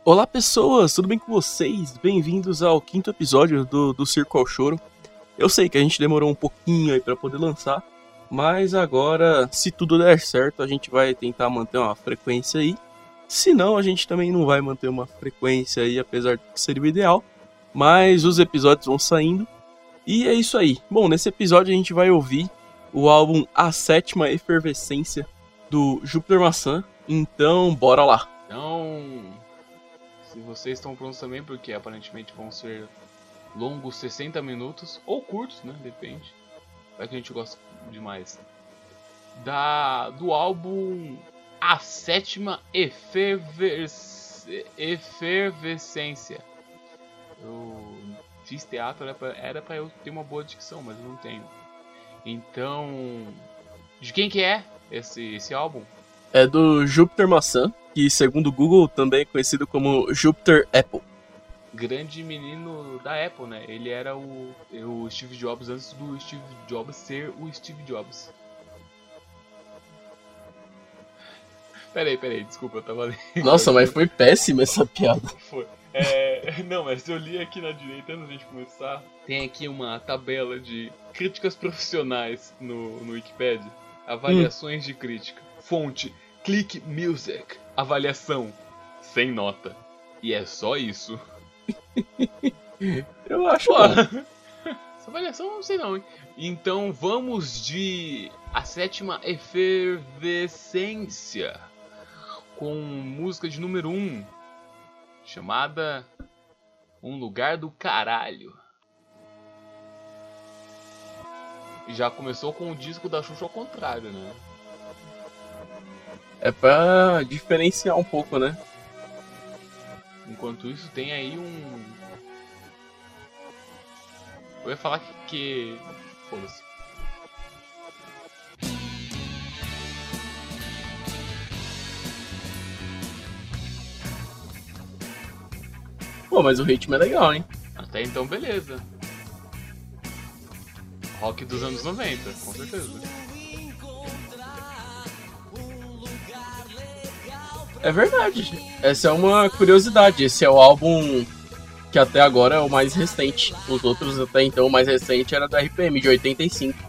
Olá pessoas, tudo bem com vocês? Bem-vindos ao quinto episódio do Circo ao Choro. Eu sei que a gente demorou um pouquinho aí pra poder lançar, mas agora, se tudo der certo, a gente vai tentar manter uma frequência aí. Se não, a gente também não vai manter uma frequência aí, apesar de que seria o ideal. Mas os episódios vão saindo. E é isso aí. Bom, nesse episódio a gente vai ouvir o álbum A Sétima Efervescência do Júpiter Maçã. Então, bora lá. Então, se vocês estão prontos também, porque aparentemente vão ser longos 60 minutos, ou curtos, né? Depende. Vai que a gente gosta demais. Do álbum A Sétima Efervescência. Eu fiz teatro, era pra eu ter uma boa dicção, mas eu não tenho. Então, de quem que é esse álbum? É do Júpiter Maçã, que segundo o Google também é conhecido como Júpiter Apple. Grande menino da Apple, né? Ele era o Steve Jobs antes do Steve Jobs ser o Steve Jobs. Peraí, desculpa, eu tava lendo. Nossa, mas foi péssima essa piada. Foi. Não, mas eu li aqui na direita, antes da gente começar, tem aqui uma tabela de críticas profissionais no Wikipedia. Avaliações de crítica. Fonte, Click Music. Avaliação, sem nota. E é só isso. Eu acho. Essa avaliação não sei não, hein? Então vamos de A Sétima Efervescência, com música de número 1, chamada Um Lugar do Caralho. Já começou com o disco da Xuxa ao contrário, né? É pra diferenciar um pouco, né? Enquanto isso tem aí eu ia falar que... Foda-se. Pô, mas o ritmo é legal, hein? Até então, beleza. Rock dos anos 90, com certeza. É verdade. Essa é uma curiosidade. Esse é o álbum que até agora é o mais recente. Os outros até então, o mais recente era da RPM, de 85.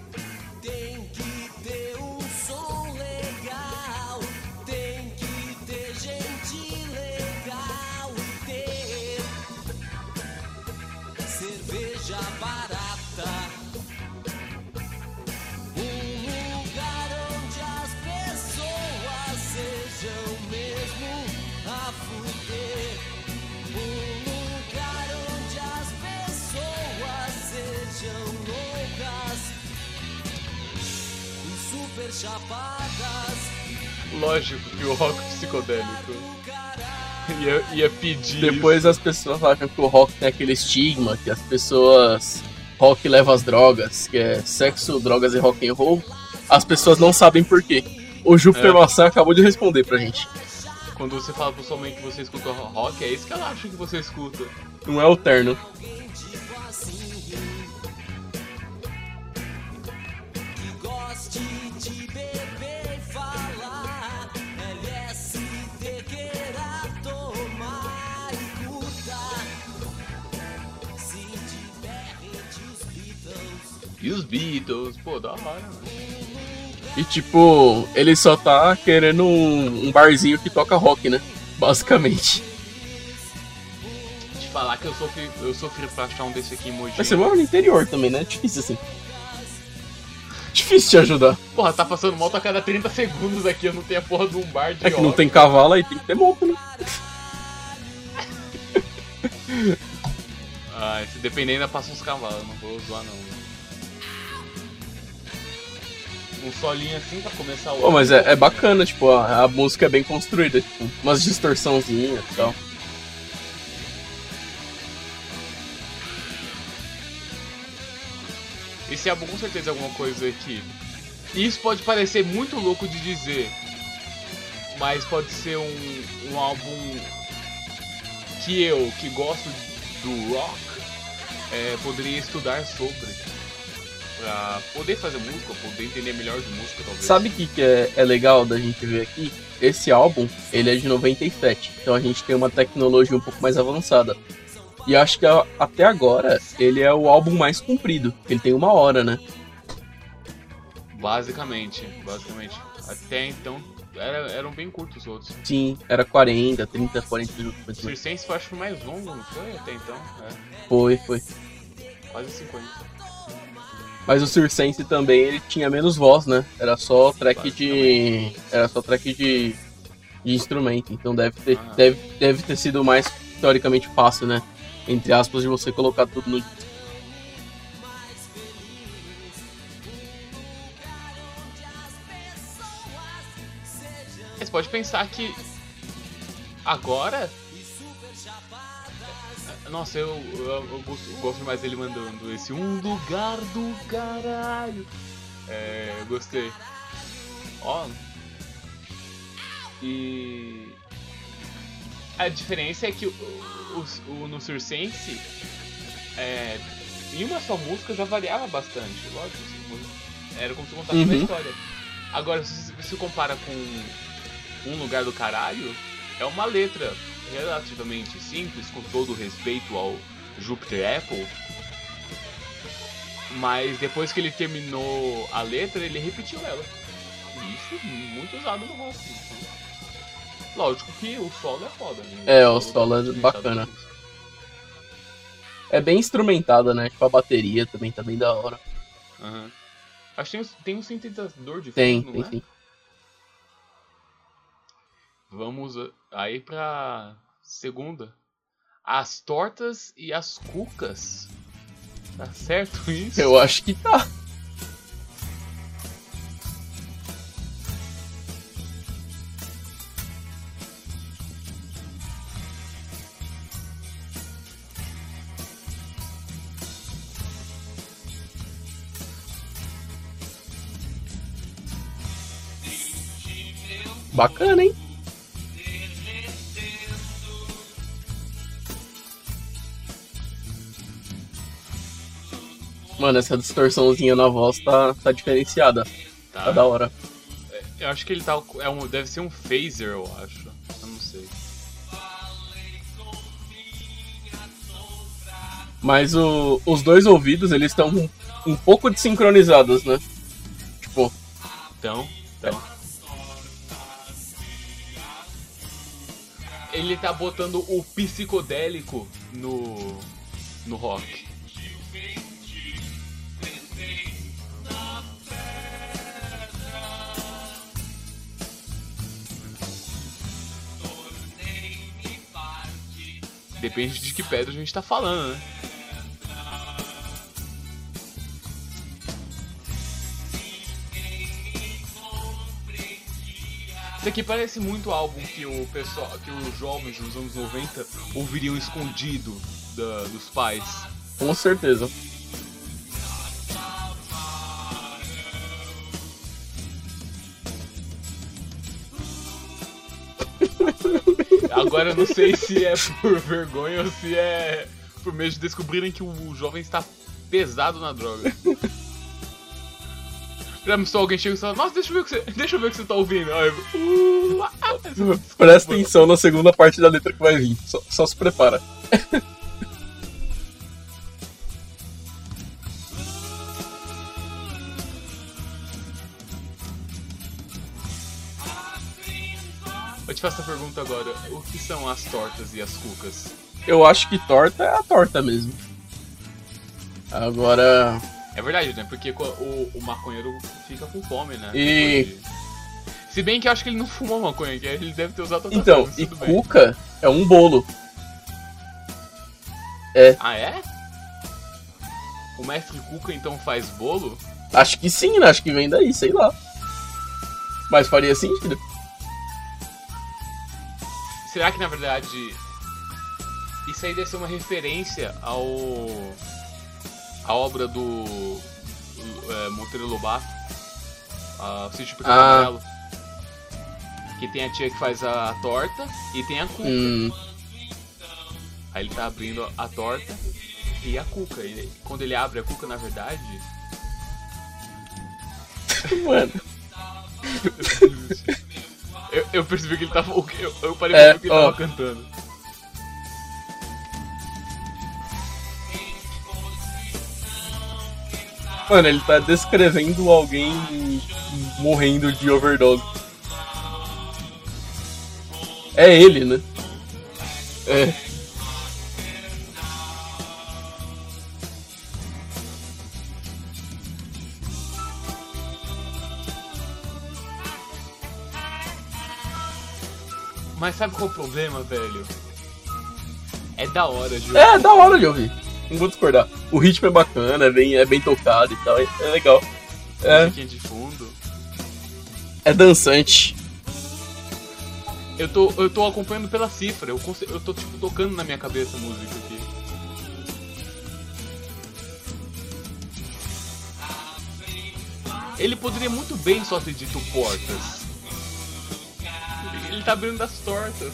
Lógico que o rock psicodélico ia pedir. Depois isso. as pessoas acham que o rock tem aquele estigma, que as pessoas... Rock leva às drogas, que é sexo, drogas e rock and roll. As pessoas não sabem por quê. O Júpiter Maçã acabou de responder pra gente. Quando você fala pro sua mãe que você escuta rock, é isso que ela acha que você escuta. Não é o terno. E os Beatles, pô, da hora, mano. E tipo, ele só tá querendo um barzinho que toca rock, né? Basicamente. Te falar que eu sofri pra achar um desse aqui em Mogi. Mas você mora no interior também, né? Difícil assim. Difícil te ajudar. Porra, tá passando moto a cada 30 segundos aqui, eu não tenho a porra de um bar de É que rock. não tem cavalo aí, tem que ter moto, né? Ah, se depender ainda passa uns cavalos, não vou zoar não. Um solinho assim pra começar o... Pô, mas é bacana, tipo, a música é bem construída, tipo, umas distorçãozinhas e tal. Esse álbum com certeza é alguma coisa que... Isso pode parecer muito louco de dizer, mas pode ser um álbum que eu, que gosto do rock, poderia estudar sobre. pra poder fazer música, poder entender melhor de música, talvez. Sabe o que é legal da gente ver aqui? Esse álbum, ele é de 97, então a gente tem uma tecnologia um pouco mais avançada. E acho que até agora, ele é o álbum mais comprido, ele tem 1 hora, né? Basicamente. Até então, eram bem curtos os outros. Sim, era 40, 30, 40 minutos. Circense eu acho que foi mais longo, não foi? Até então, Foi. Quase 50. Mas o Circense também, ele tinha menos voz, né? Era só track de instrumento. Então deve ter sido mais, teoricamente, fácil, né? Entre aspas, de você colocar tudo no... Você pode pensar que agora... Nossa, eu gosto mais dele mandando esse um lugar do caralho. Eu gostei. Ó. E a diferença é que no Circense, em uma só música já variava bastante. Lógico, era como se contasse uma história. Agora, se você compara com Um Lugar do Caralho, é uma letra relativamente simples, com todo o respeito ao Jupiter Apple, mas depois que ele terminou a letra, ele repetiu ela. E isso muito usado no rock. Lógico que o solo é foda, né? O solo é bacana. É bem instrumentada, né? Tipo, a bateria também tá bem da hora. Uhum. Acho que tem um sintetizador de fundo, não é? Sim. Vamos aí pra segunda. As tortas e as cucas. Tá certo isso? Eu acho que tá. Bacana, hein? Mano, essa distorçãozinha na voz tá diferenciada. Tá da hora. Eu acho que ele tá... deve ser um phaser, eu acho. Eu não sei. Mas os dois ouvidos, eles estão um pouco desincronizados, né? Tipo... Então. Ele tá botando o psicodélico no rock. Depende de que pedra a gente tá falando, né? Isso aqui parece muito álbum que os jovens nos anos 90 ouviriam escondido dos pais. Com certeza. Agora eu não sei se é por vergonha ou se é por medo de descobrirem que o jovem está pesado na droga. Já só alguém chega e fala, nossa, deixa eu ver o que você tá ouvindo. Aí presta atenção na segunda parte da letra que vai vir. Só se prepara. Eu te faço a pergunta agora, o que são as tortas e as cucas? Eu acho que torta é a torta mesmo. Agora... É verdade, né? Porque o maconheiro fica com fome, né? Se bem que eu acho que ele não fumou maconha, que ele deve ter usado outra coisa. Então, e cuca é um bolo. Ah, é? O mestre Cuca então faz bolo? Acho que sim, né? Acho que vem daí, sei lá. Mas faria sentido. Será que na verdade isso aí deve ser uma referência à obra do Monteiro Lobato, o Sítio Picado Amarelo? Que tem a tia que faz a torta e tem a cuca. Aí ele tá abrindo a torta e a cuca. Quando ele abre a cuca, na verdade, Mano. Eu percebi que ele tava. Eu parei pra ver que ele tava cantando. Mano, ele tá descrevendo alguém morrendo de overdose. É ele, né? É. Mas sabe qual é o problema, velho? É da hora de ouvir. É da hora de ouvir. Não vou discordar. O ritmo é bacana, é bem tocado e tal. É legal. Musiquinha de fundo. É dançante. Eu tô acompanhando pela cifra. Eu tô tipo tocando na minha cabeça a música aqui. Ele poderia muito bem só ter dito portas. Ele tá abrindo das tortas.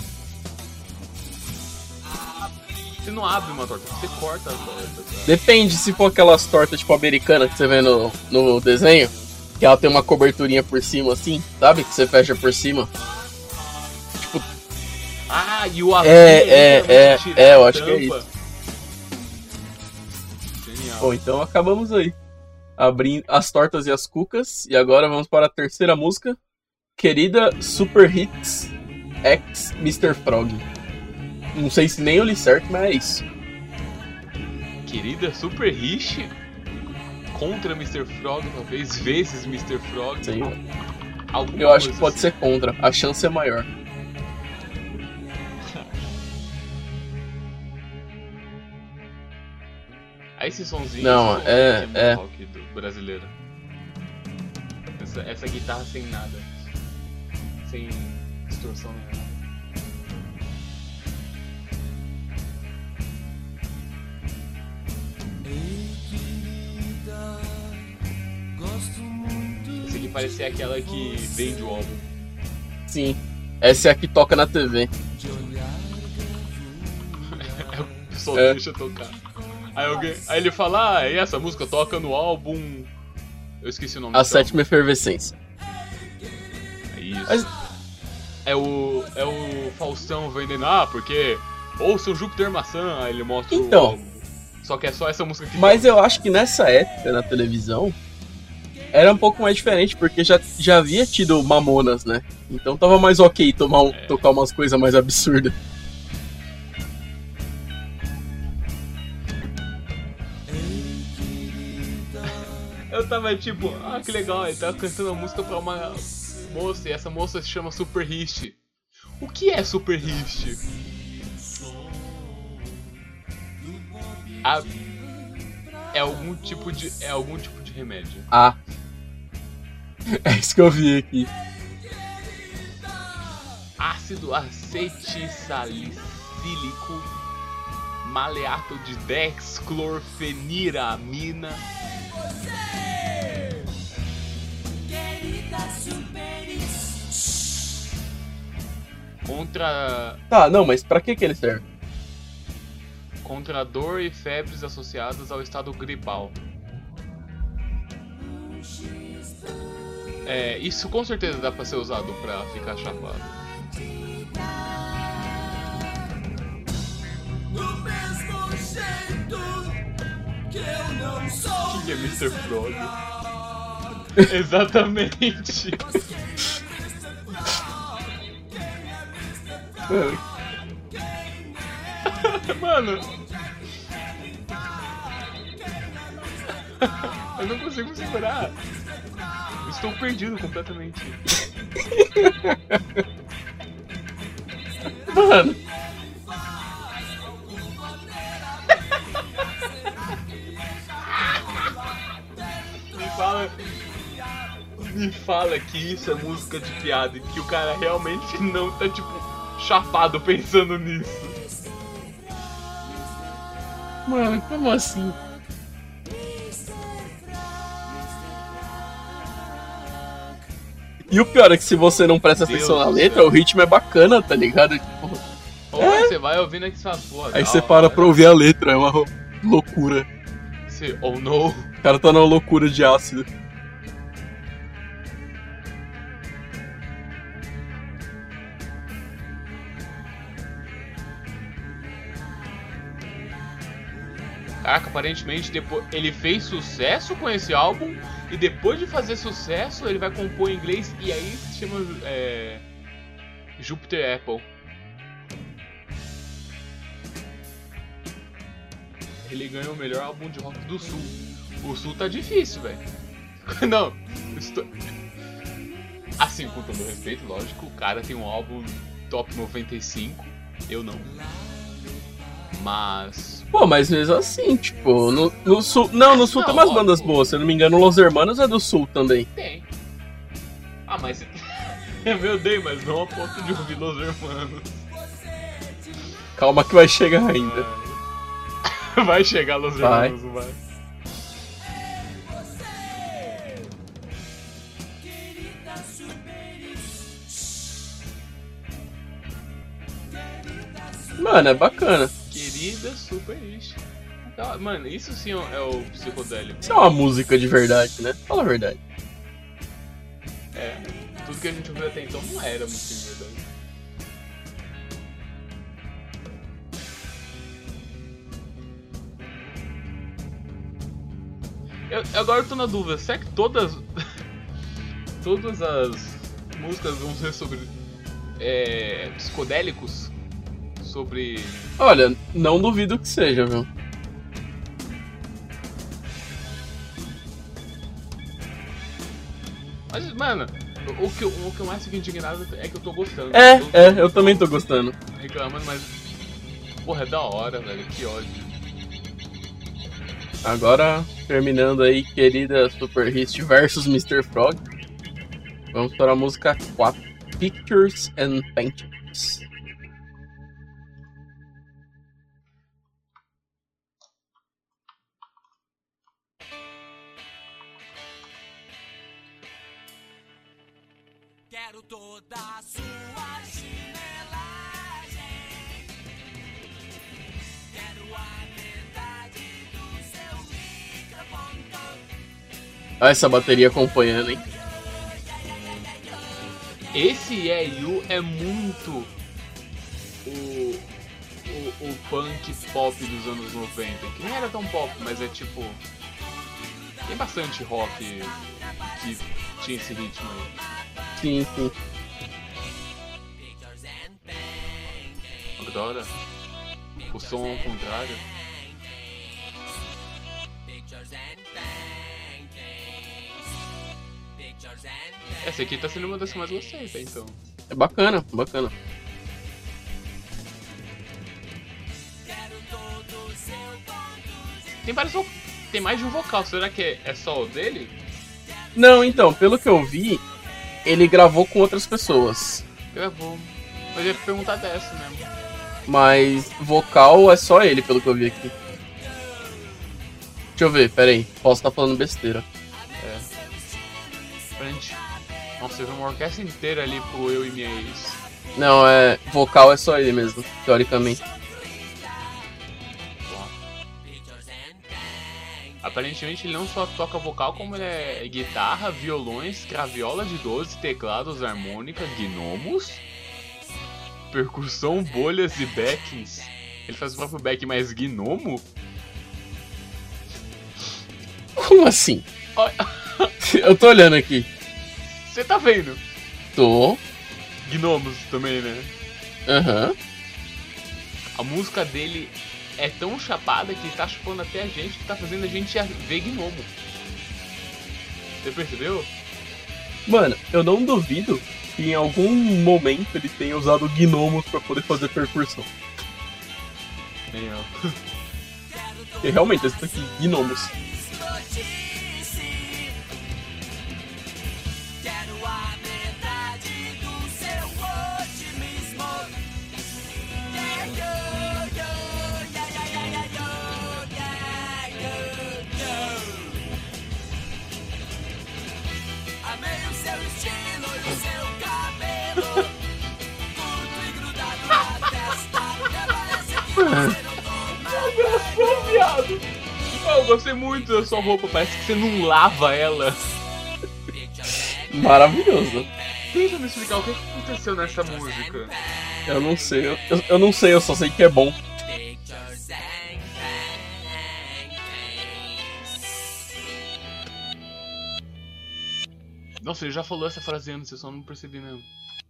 Você não abre uma torta, você corta a torta. Sabe? Depende, se for aquelas tortas tipo americanas que você vê no desenho, que ela tem uma coberturinha por cima assim, sabe? Que você fecha por cima. Tipo... Ah, e o azul eu acho que é isso. Genial. Bom, então acabamos aí. Abrindo as tortas e as cucas. E agora vamos para a terceira música. Querida Super Hits X Mr. Frog. Não sei se nem eu li certo, mas é isso. Querida Super Hit contra Mr. Frog, talvez vezes Mr. Frog. Sim. Eu acho que pode ser contra. A chance é maior. Aí esse sonzinho não, é rock do brasileiro. Essa guitarra sem nada. Sem distorção nem nada. Essa aqui parecia aquela que vende o álbum. Sim, essa é a que toca na TV. O pessoal deixa tocar. Aí ele fala, e essa música toca no álbum... Eu esqueci o nome. A Sétima Efervescência. É isso. Mas... É o Faustão vendendo, porque ouça o Júpiter Maçã, aí ele mostra o álbum. Só que é só essa música que Mas eu acho que nessa época, na televisão, era um pouco mais diferente, porque já havia tido Mamonas, né? Então tava mais ok tocar umas coisas mais absurdas. Eu tava tipo, que legal, ele tava cantando a música pra uma moça, e essa moça se chama Super Hit. O que é Super Hit? É algum tipo de remédio. Ah. É isso que eu vi aqui. Ácido acetilsalicílico maleato de dexclorfeniramina. Contra... Tá, não, mas pra que ele serve? Contra dor e febres associadas ao estado gripal. Isso com certeza dá pra ser usado pra ficar chapado. O que é Mr. Frog? Exatamente. Mano, eu não consigo segurar. Estou perdido completamente. Mano. Me fala que isso é música de piada e que o cara realmente não tá, tipo, chapado pensando nisso. Mano, como assim? E o pior é que se você não presta atenção na letra, o ritmo é bacana, tá ligado? Tipo, você vai ouvindo aqui sua foda. Aí você para pra ouvir a letra, é uma loucura. Oh no. O cara tá numa loucura de ácido. Caraca, aparentemente depois ele fez sucesso com esse álbum e depois de fazer sucesso ele vai compor em inglês e aí se chama Jupiter Apple. Ele ganhou o melhor álbum de rock do Sul. O Sul tá difícil, velho. Não, assim, com todo respeito, lógico, o cara tem um álbum top 95, eu não. Mas... Pô, mas mesmo assim, tipo, no Sul... Não, no Sul tem umas bandas boas, se eu não me engano, Los Hermanos é do Sul também. Tem. Ah, mas... Meu Deus, mas não a ponto de ouvir Los Hermanos. Calma que vai chegar ainda. Vai chegar Los Hermanos, vai. Mano, é bacana. Querida Super Ish. Então, mano, isso sim é o psicodélico. Isso é uma música de verdade, né? Fala a verdade. É, tudo que a gente ouviu até então não era música de verdade. Agora eu tô na dúvida, será que todas as músicas vão ser sobre psicodélicos? Sobre... Olha, não duvido que seja, viu? Mas, mano, o que eu mais fico indignado é que eu tô gostando. Eu também tô gostando. Reclamando, mas... Porra, é da hora, velho, que ódio. Agora, terminando aí, querida Super Hit versus Mr. Frog. Vamos para a música 4, Pictures and Paintings. Quero toda a sua chinelagem. Quero a metade do seu microponto. Olha essa bateria acompanhando, hein? Esse You é muito o punk pop dos anos 90, que nem era tão pop, mas é tipo... Tem bastante rock que tinha esse ritmo aí. Sim, sim. Olha que da hora. O som ao contrário. Essa aqui tá sendo uma das que eu mais gostei, tá, então. É bacana, bacana. Tem mais de um vocal, será que é só o dele? Não, então, pelo que eu vi, ele gravou com outras pessoas. Gravou. Eu ia perguntar dessa mesmo. Mas vocal é só ele, pelo que eu vi aqui. Deixa eu ver, pera aí. Posso estar falando besteira. Frente. Nossa, eu vi uma orquestra inteira ali pro Eu e Minha Ex. Não, vocal é só ele mesmo, teoricamente. Aparentemente ele não só toca vocal, como ele é guitarra, violões, craviola de 12, teclados, harmônica, gnomos, percussão, bolhas e backings. Ele faz o próprio back mais gnomo? Como assim? Eu tô olhando aqui. Você tá vendo? Tô. Gnomos também, né? Aham. A música dele é tão chapada que tá chupando até a gente, que tá fazendo a gente ver gnomo. Você percebeu? Mano, eu não duvido que em algum momento ele tenha usado gnomos pra poder fazer percussão. Nem eu. E realmente, esse aqui, gnomos. Eu gostei muito da sua roupa, parece que você não lava ela. Maravilhoso. Tenta me explicar o que aconteceu nessa música. Eu não sei, eu não sei, eu só sei que é bom. Nossa, ele já falou essa frase antes, eu só não percebi mesmo.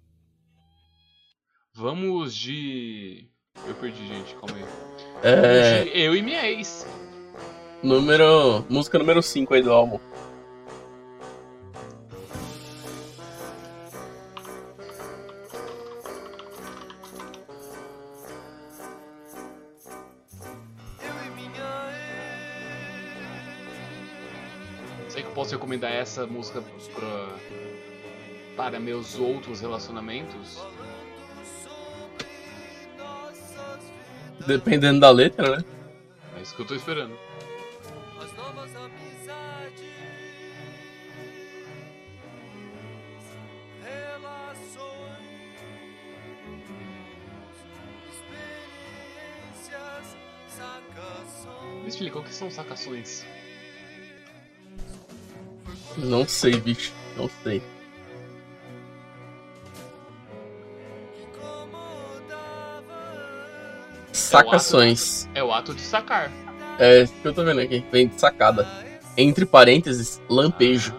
Vamos de... Eu perdi, gente, calma aí. Vamos de Eu e Minha Ex. Música número 5 aí do álbum. Sei que eu posso recomendar essa música para meus outros relacionamentos. Dependendo da letra, né? É isso que eu tô esperando. As novas amizades, relações, experiências, sacações. Me explica, o que são sacações? Não sei, bicho. Não sei. Sacações. É o ato de sacar. É isso que eu tô vendo aqui. Vem de sacada. Entre parênteses, lampejo.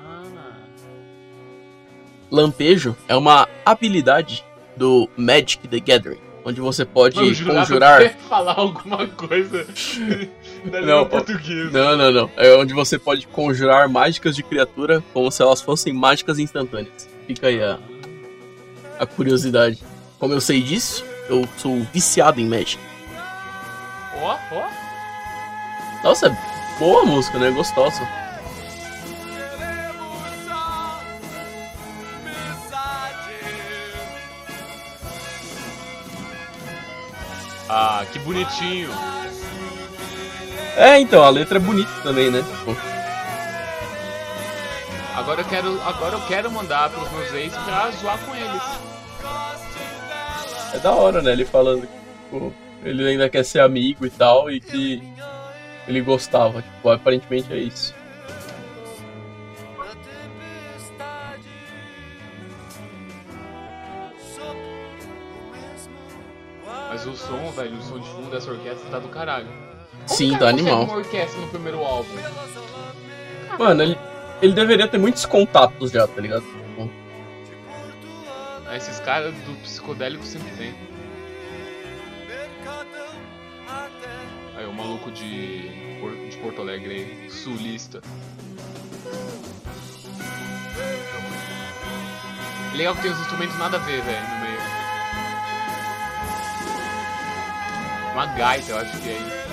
Lampejo é uma habilidade do Magic the Gathering, onde você pode conjurar. Que falar alguma coisa da língua portuguesa. Não. É onde você pode conjurar mágicas de criatura como se elas fossem mágicas instantâneas. Fica aí a curiosidade. Como eu sei disso, eu sou viciado em Magic. Ó. Nossa, é boa a música, né? Gostosa. Ah, que bonitinho. É, então, a letra é bonita também, né? Agora eu quero mandar pros meus ex pra zoar com eles. É da hora, né? Ele falando que tipo, ele ainda quer ser amigo e tal, e que ele gostava. Tipo, aparentemente é isso. Mas o som, velho, o som de fundo dessa orquestra tá do caralho. Sim, tá animal. Uma orquestra no primeiro álbum. Mano, ele deveria ter muitos contatos já, tá ligado? Tipo, Esses caras do psicodélico sempre tem. Aí o maluco de Porto Alegre aí, sulista. Legal que tem os instrumentos nada a ver, velho, no meio. Uma gaita, eu acho que é isso.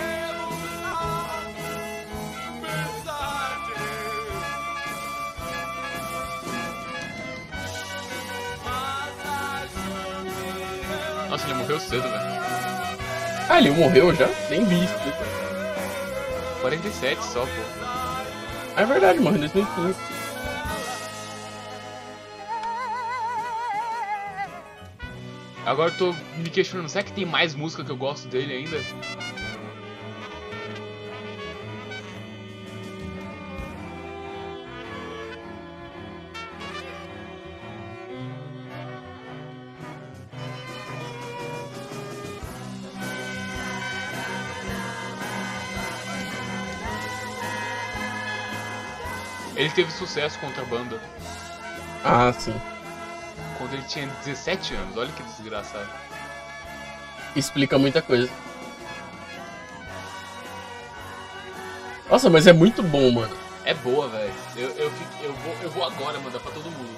Nossa, ele morreu cedo, velho. Ah, ele morreu já? Nem vi isso. 47 só, pô. É verdade, morreu em 2015. Agora eu tô me questionando, será que tem mais música que eu gosto dele ainda? Ele teve sucesso contra a banda Ah, sim. quando ele tinha 17 anos, olha que desgraçado. Explica muita coisa. Nossa, mas é muito bom, mano. É boa, velho. Eu vou agora mandar pra todo mundo.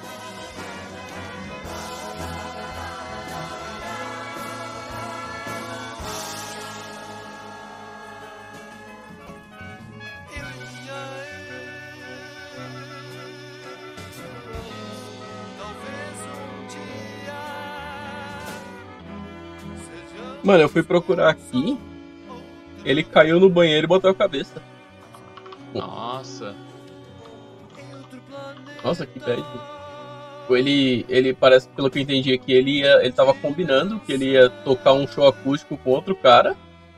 Mano, eu fui procurar aqui. Ele caiu no banheiro e botou a cabeça. Nossa. Nossa, que bad. Ele parece, pelo que eu entendi aqui, ele tava combinando que ele ia tocar um show acústico com outro cara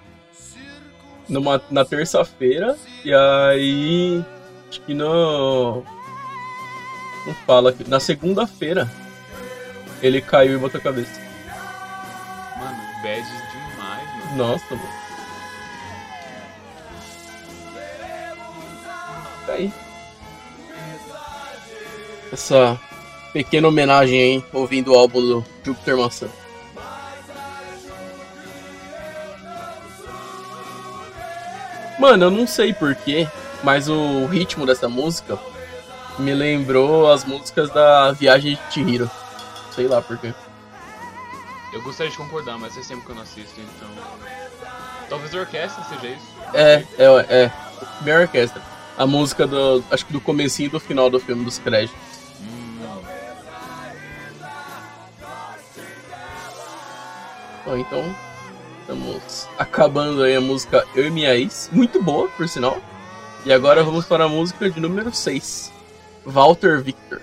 na terça-feira. E aí, acho que não fala aqui. Na segunda-feira, ele caiu e botou a cabeça. Mano, bad demais, mano. Nossa, mano. Tá aí. essa pequena homenagem aí, ouvindo o álbum do Júpiter Maçã. Mano, eu não sei porquê, mas o ritmo dessa música me lembrou as músicas da Viagem de Chihiro. Sei lá porquê. Eu gostaria de concordar, mas faz tempo que eu não assisto, então... Talvez a orquestra seja isso. É. Minha orquestra. A música do... acho que do comecinho e do final do filme, dos créditos. Bom, então... estamos acabando aí a música Eu e Minha Ex. Muito boa, por sinal. E agora vamos para a música de número 6. Walter Victor.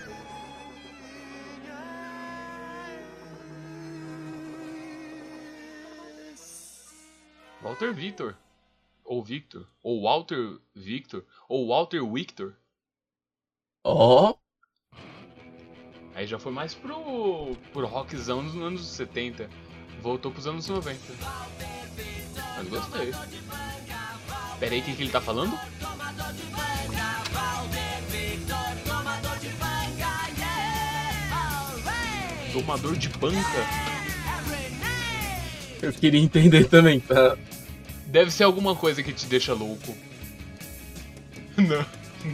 Walter Victor. Ou Victor. Ou Walter Victor. Ou Walter Victor. Ó. Aí já foi mais pro rockzão dos anos 70. Voltou pros anos 90. Mas gostei. Pera aí, o que ele tá falando? Tomador de banca? Eu queria entender também, tá? Deve ser alguma coisa que te deixa louco. Não.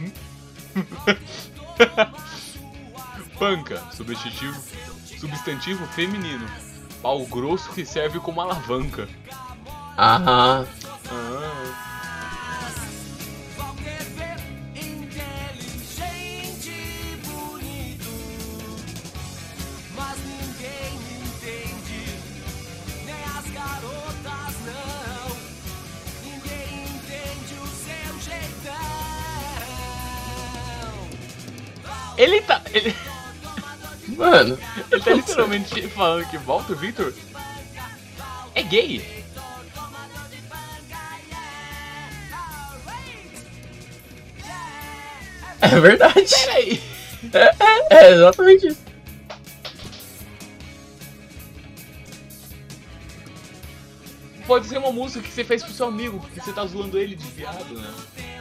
Panca, substantivo feminino. Pau grosso que serve como alavanca. Ah. Ele tá... Mano, Ele tá literalmente falando que Walter Victor é gay. é verdade. Peraí. É exatamente isso. Pode ser uma música que você fez pro seu amigo, porque você tá zoando ele de viado, né?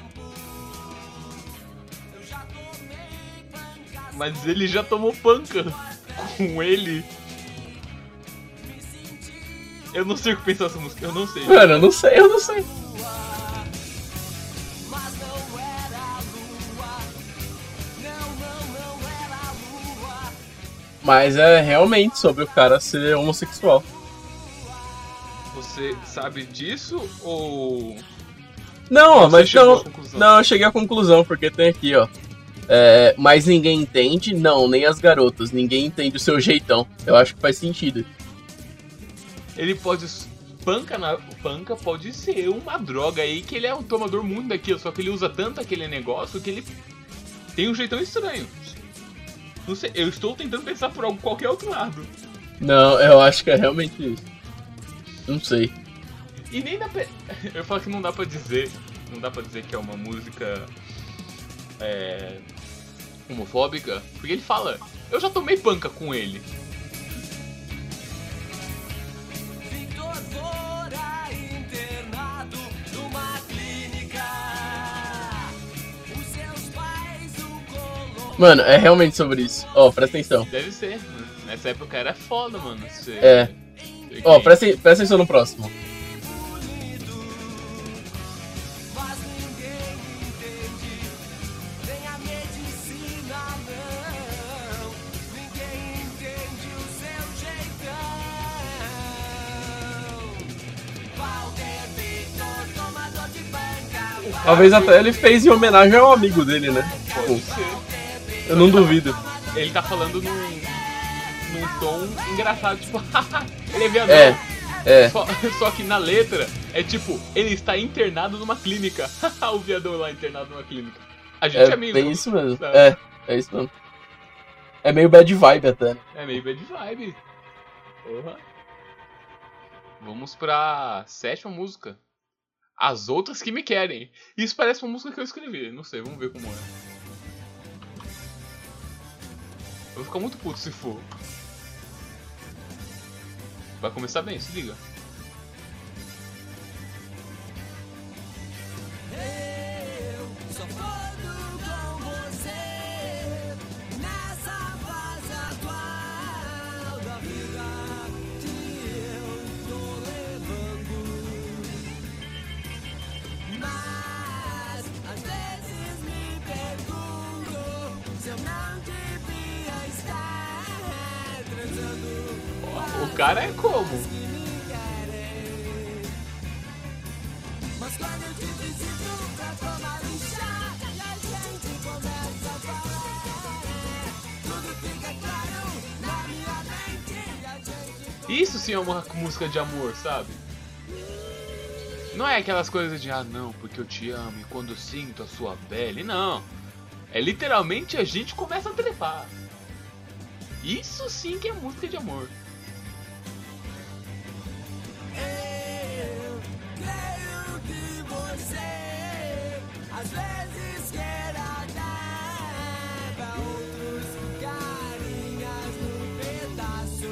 Mas ele já tomou panca com ele. Eu não sei o que pensar essa música, eu não sei. Mano, eu não sei. Mas é realmente sobre o cara ser homossexual. Você sabe disso ou... Não, mas chegou não, à conclusão? não, eu cheguei à conclusão, porque tem aqui, ó. Mas ninguém entende? Não, nem as garotas. Ninguém entende o seu jeitão. Eu acho que faz sentido. Ele pode... Panca pode ser uma droga aí, que ele é um tomador muito daquilo, só que ele usa tanto aquele negócio que ele tem um jeitão estranho. Não sei, eu estou tentando pensar por qualquer outro lado. Não, eu acho que é realmente isso. Não sei. E nem dá pra... Eu falo que não dá pra dizer que é uma música homofóbica, porque ele fala, eu já tomei panca com ele. Victor fora internado numa clínica. Os seus pais o colocam. Mano, é realmente sobre isso. Ó, presta atenção. Deve ser, né? Nessa época era foda, mano. Ó, presta atenção no próximo. Mas ninguém entende, nem a medicina não. Ninguém entende o seu jeitão. Walter Victor, tomador de banca. Talvez até ele fez em homenagem ao amigo dele, né? Pode ser. Eu não duvido. Ele tá falando num tom engraçado, tipo, ele é viadão. É. Só que na letra é tipo, ele está internado numa clínica. O viadão lá internado numa clínica. A gente é amigo. Bem isso mesmo. Sabe? É isso mesmo. É meio bad vibe até. Né? É meio bad vibe. Porra. Vamos pra 7ª música. As Outras Que Me Querem. Isso parece uma música que eu escrevi. Não sei, vamos ver como é. Eu vou ficar muito puto se for. Vai começar bem, se liga. Eu só fodo com você. cara é como? Mas quando eu te visito pra tomar um chá e a gente começa a falar, tudo fica claro na minha mente e a gente... Isso sim é uma música de amor, sabe? Não é aquelas coisas de, ah não, porque eu te amo e quando eu sinto a sua pele, não. É literalmente a gente começa a trepar. Isso sim que é música de amor. Eu creio que você às vezes queira dar pra outros carinhas no pedaço.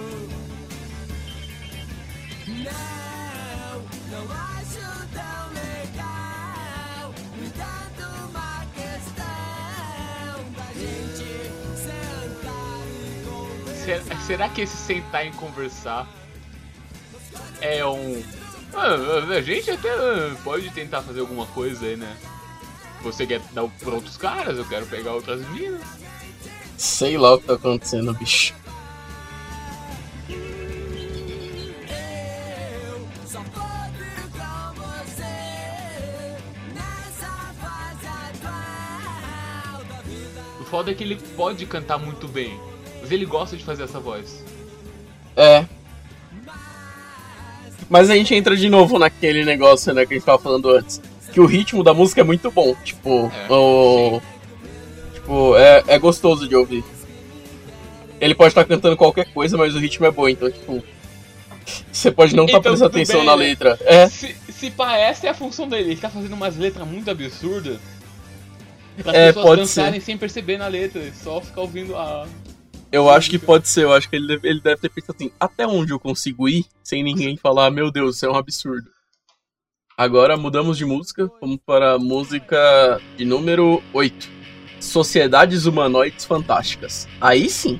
Não acho tão legal. Me dando uma questão da gente sentar e conversar. Será que esse sentar e conversar é um... a gente até pode tentar fazer alguma coisa aí, né? Você quer dar pra outros caras, eu quero pegar outras meninas. Sei lá o que tá acontecendo, bicho. Eu só pode com você nessa fase atual da vida. O foda é que ele pode cantar muito bem, mas ele gosta de fazer essa voz. É. Mas a gente entra de novo naquele negócio, né, que a gente tava falando antes. Que o ritmo da música é muito bom. Tipo, é gostoso de ouvir. Ele pode estar cantando qualquer coisa, mas o ritmo é bom, então, tipo... Você pode não estar Então, prestando tudo atenção bem, na né? letra. É, Se pá, essa é a função dele, ele tá fazendo umas letras muito absurdas pra É, pessoas pode dançarem sem perceber na letra, só ficar ouvindo a... eu acho que pode ser. Eu acho que ele deve ter pensado assim, até onde eu consigo ir sem ninguém falar, meu Deus, isso é um absurdo. Agora mudamos de música, vamos para a música de número 8. Sociedades Humanoides Fantásticas. Aí sim.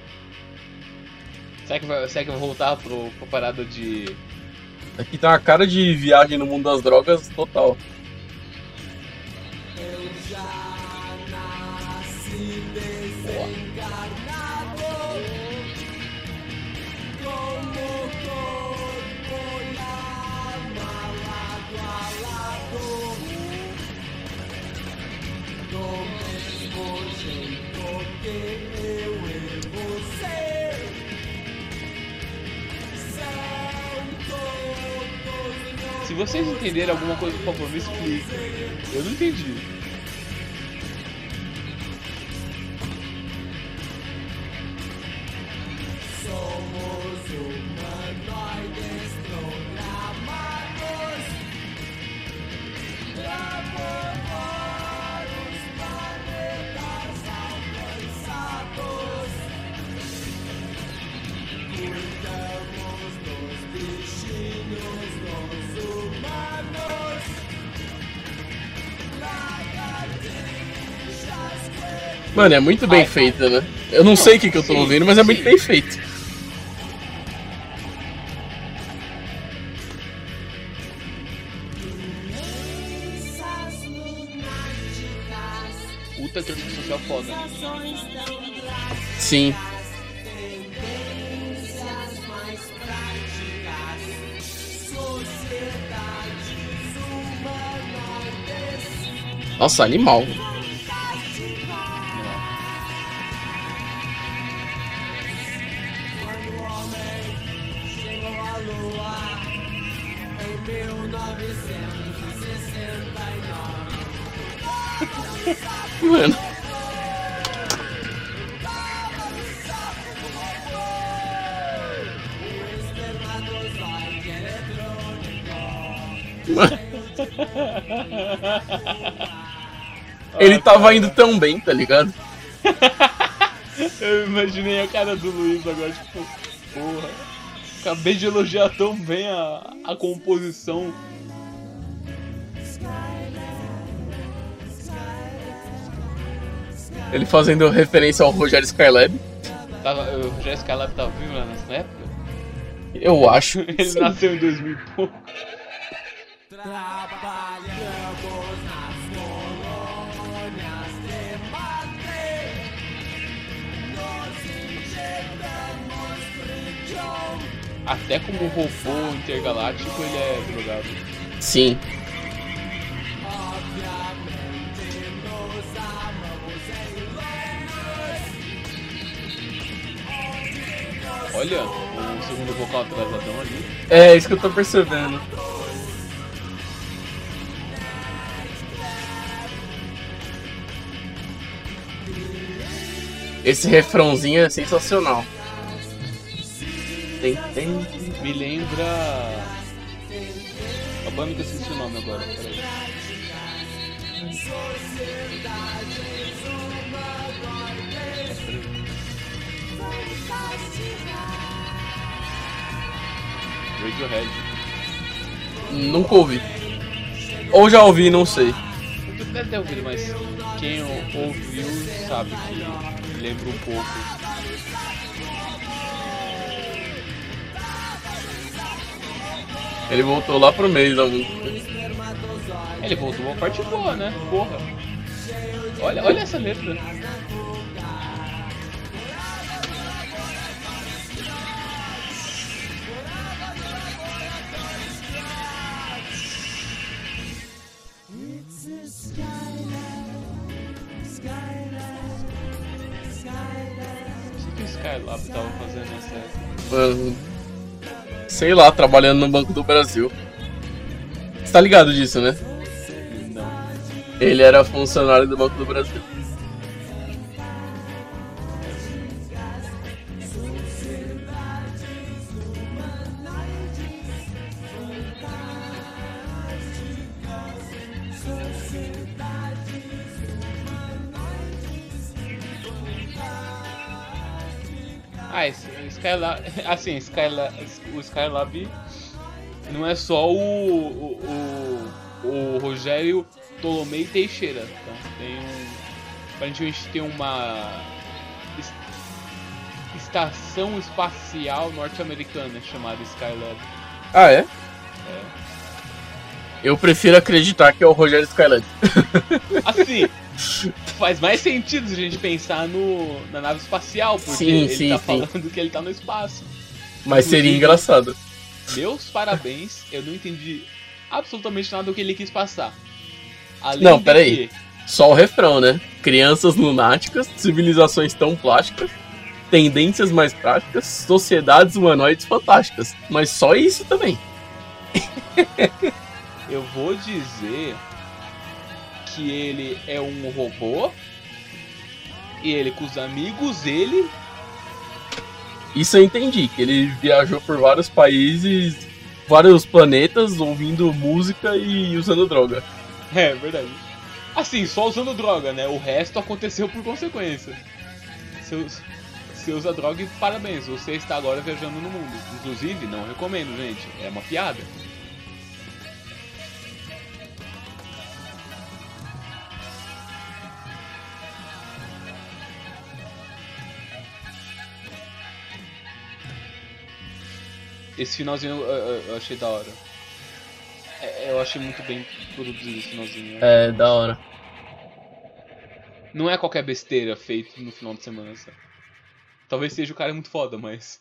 Será que vai voltar pra parada de... Aqui tá uma cara de viagem no mundo das drogas total. Eu já nasci desencarnado, como corpo lama lado a lado, do mesmo jeito que eu e você são todos. Se vocês entenderem alguma coisa, por favor, me explica. Eu não entendi. Somos humanoides programados pra voar os planetas alcançados. Cuidamos dos bichinhos, dos humanos, lagartixas que... Mano, é muito bem feita, né? Eu não sei o que eu tô Sim, ouvindo, mas é muito sim. bem feito. Crianças lunáticas, Puta crítica social foda. ações tão drásticas, Sim. tendências mais práticas, sociedades humanoides Nossa, animal. Quando o homem chegou à lua em 1969. Mano. O espermatozoide eletrônico. Ele tava indo tão bem, tá ligado? Eu imaginei a cara do Luiz agora, tipo, porra. Acabei de elogiar tão bem a composição. Ele fazendo referência ao Rogério Skylab. O Rogério Skylab tava vivo nessa época? Eu acho. Ele Sim. nasceu em 2000 e pouco. Trabalhamos nas colônias de Madrid. Nos injetamos friction até como robô intergaláctico, ele é drogado. Sim. Olha, o segundo vocal atrasadão ali. É isso que eu tô percebendo. Esse refrãozinho é sensacional. Tem. Me lembra... A banda que eu esqueci o nome agora, peraí. Radiohead. Nunca ouvi. Ou já ouvi, não sei. Tu deve ter ouvido, mas quem ouviu sabe que lembra um pouco. Ele voltou lá pro meio da música. Ele voltou uma parte boa, né? Porra. Olha essa letra. O que o Skylab tava fazendo nessa época? Sei lá, trabalhando no Banco do Brasil. Você tá ligado disso, né? Não. Ele era funcionário do Banco do Brasil. Skylab, assim, o Skylab não é só o Rogério Tolomei Teixeira, tá? Aparentemente tem uma estação espacial norte-americana chamada Skylab. Ah, é? Eu prefiro acreditar que é o Rogério Skylab. Assim, faz mais sentido se a gente pensar na nave espacial, porque ele tá falando que ele tá no espaço. Mas seria engraçado. Meus parabéns, eu não entendi absolutamente nada do que ele quis passar. Não, peraí. Só o refrão, né? Crianças lunáticas, civilizações tão plásticas, tendências mais práticas, sociedades humanoides fantásticas. Mas só isso também. Eu vou dizer que ele é um robô e ele com os amigos, ele... Isso eu entendi, que ele viajou por vários países, vários planetas, ouvindo música e usando droga. É, verdade. Assim, só usando droga, né? O resto aconteceu por consequência. Você usa droga e parabéns, você está agora viajando no mundo. Inclusive, não recomendo, gente, é uma piada. Esse finalzinho eu achei da hora. Eu achei muito bem produzido esse finalzinho. É, da hora. Não é qualquer besteira feito no final de semana, sabe? Talvez seja o cara muito foda, mas...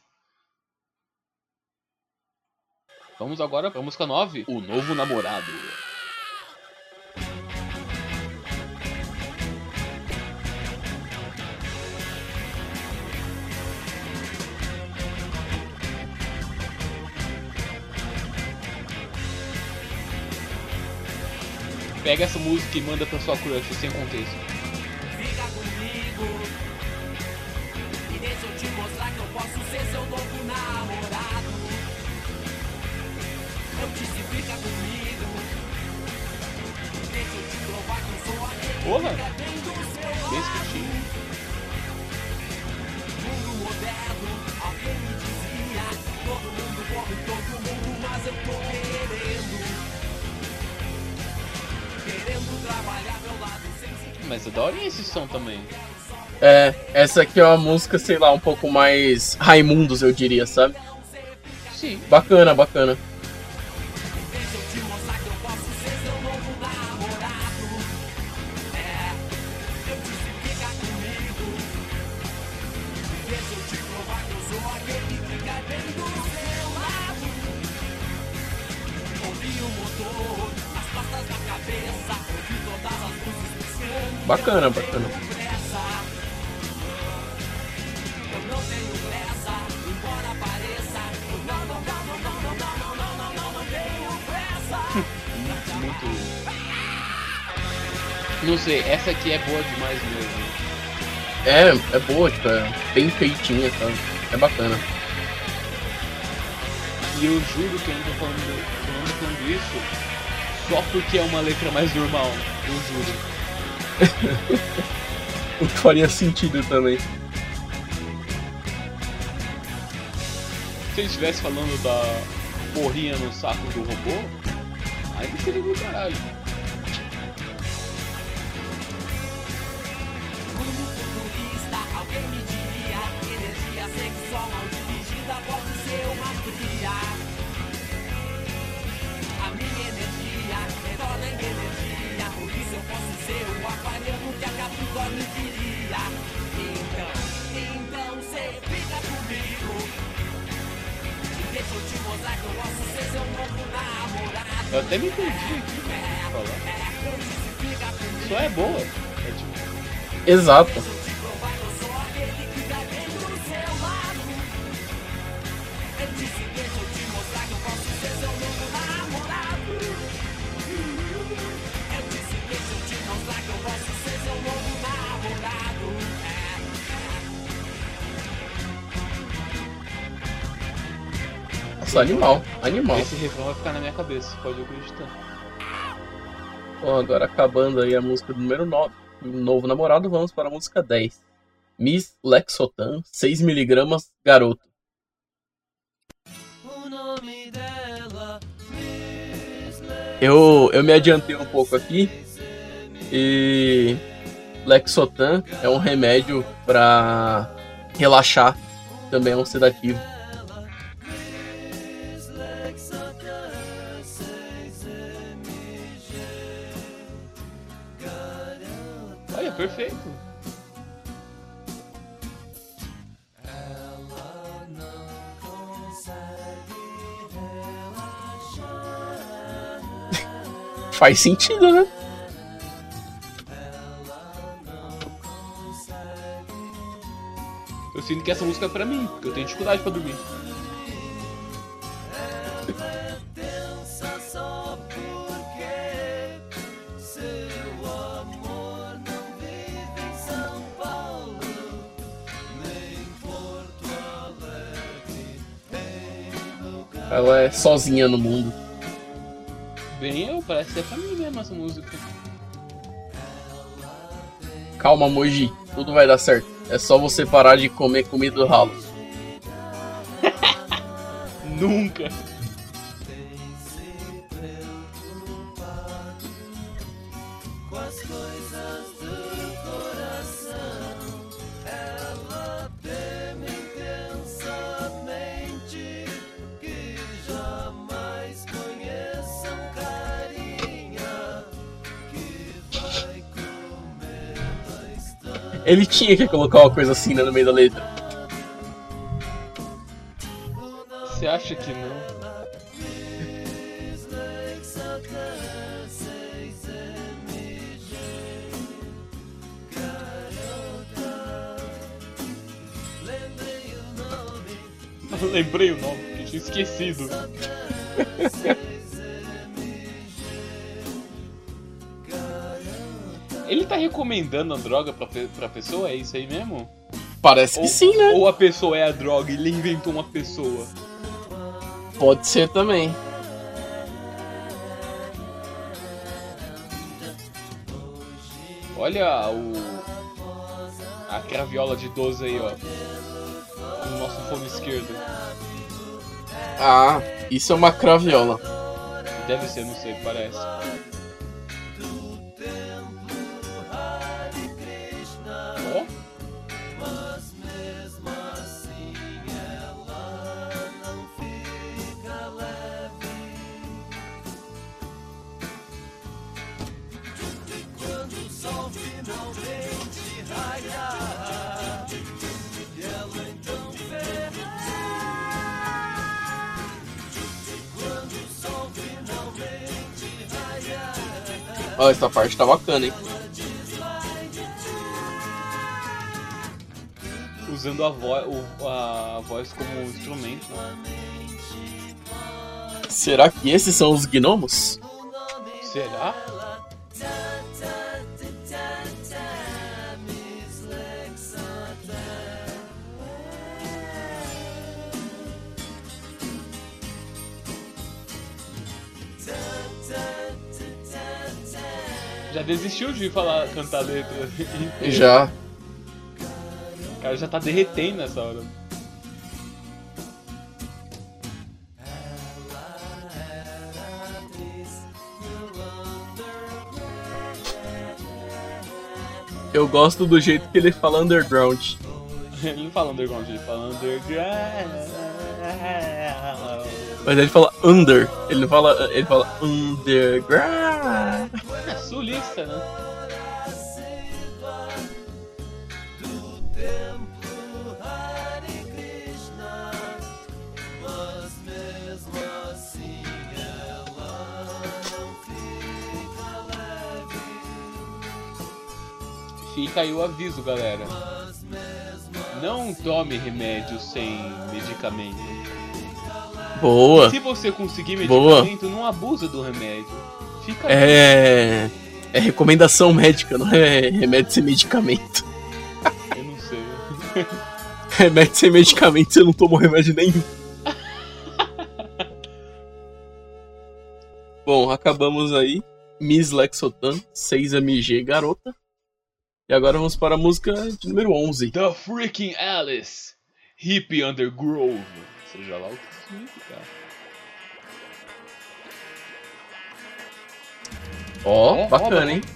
Vamos agora pra música 9. O Novo Namorado. Pega essa música e manda pra sua crush sem contexto. Fica comigo e deixa eu te mostrar que eu posso ser seu novo namorado. Eu disse fica comigo, deixa eu te provar que eu sou aquele Porra! que é bem do seu lado. Bem escritinho. Mundo moderno, alguém me dizia, todo mundo corre, todo mundo, mas eu tô querendo trabalhar meu lado sem se... Mas eu adoro esse som também. É, essa aqui é uma música, sei lá, um pouco mais Raimundos, eu diria, sabe? Sim. Bacana, bacana. Deixa eu te mostrar que eu posso ser seu novo namorado. Eu disse fica comigo. Deixa eu te provar que eu sou aquele que fica bem do seu lado. Bacana, bacana. Muito. Não sei, essa aqui é boa demais mesmo. É boa, tipo, é bem feitinha, sabe? É bacana. E eu juro que eu não tô falando isso só porque é uma letra mais normal. Eu juro. O que faria sentido também. Se ele estivesse falando da porrinha no saco do robô, aí não seria do caralho. Alguém me diria, energia sexual mal dirigida pode ser uma fria. A minha energia é toda em energia, por isso eu posso ser o aquariano que a Capricórnio queria. Então cê fica comigo e deixa eu te mostrar que eu posso ser seu novo namorado. Eu até me perdi aqui, né? Falar. Só é boa. É tipo. Exato. Nossa, animal. Esse refrão vai ficar na minha cabeça, pode acreditar. Bom, agora acabando aí a música do número 9, Novo Namorado, vamos para a música 10. Miss Lexotan, 6mg, garoto. O nome dela, Eu me adiantei um pouco aqui. E Lexotan é um remédio para relaxar, também é um sedativo. Olha, perfeito. Faz sentido, né? Eu sinto que essa música é pra mim, porque eu tenho dificuldade pra dormir. Ela é sozinha no mundo. Bem, parece ser pra mim mesmo essa música. Calma, Moji, tudo vai dar certo. É só você parar de comer comida do ralo. Nunca. Ele tinha que colocar uma coisa assim, né, no meio da letra. Você acha que não? Eu lembrei o nome, que eu tinha esquecido. Ele tá recomendando a droga pra pessoa? É isso aí mesmo? Parece que sim, né? Ou a pessoa é a droga e ele inventou uma pessoa? Pode ser também. Olha a craviola de 12 aí, ó. No nosso fone esquerdo. Ah, isso é uma craviola. Deve ser, não sei, parece. Ó. Ó, essa parte tá bacana, hein? Usando a voz como instrumento, né? Será que esses são os gnomos? Será? Já desistiu de cantar letra? Já. O cara já tá derretendo nessa hora. Eu gosto do jeito que ele fala underground. Ele não fala underground, ele fala underground. Mas ele fala under. Ele não fala. Ele fala underground. É sulista, né? Fica aí o aviso, galera. Não tome remédio sem medicamento. Boa. Se você conseguir Boa. medicamento, não abusa do remédio. Fica aí. É recomendação médica, não é remédio sem medicamento. Eu não sei. Remédio sem medicamento, você não tomou remédio nenhum. Bom, acabamos aí. Miss Lexotan, 6mg garota. E agora vamos para a música de número 11. The Freaking Alice, Hippie Undergrove. Seja lá o que isso significa. Ó, bacana, hein?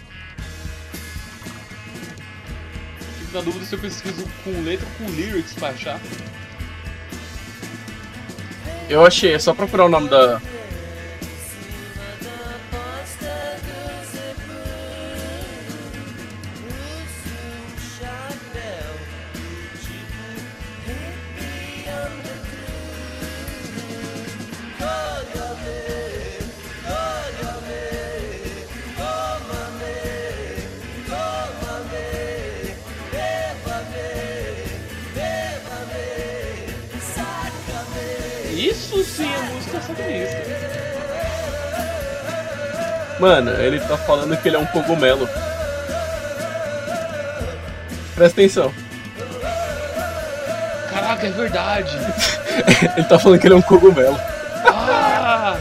Fico na dúvida se eu pesquiso com letra ou com lyrics pra achar. Eu achei, é só procurar o nome da... Isso sim é música satanista. Mano, ele tá falando que ele é um cogumelo. Presta atenção. Caraca, é verdade. Ele tá falando que ele é um cogumelo. Ah!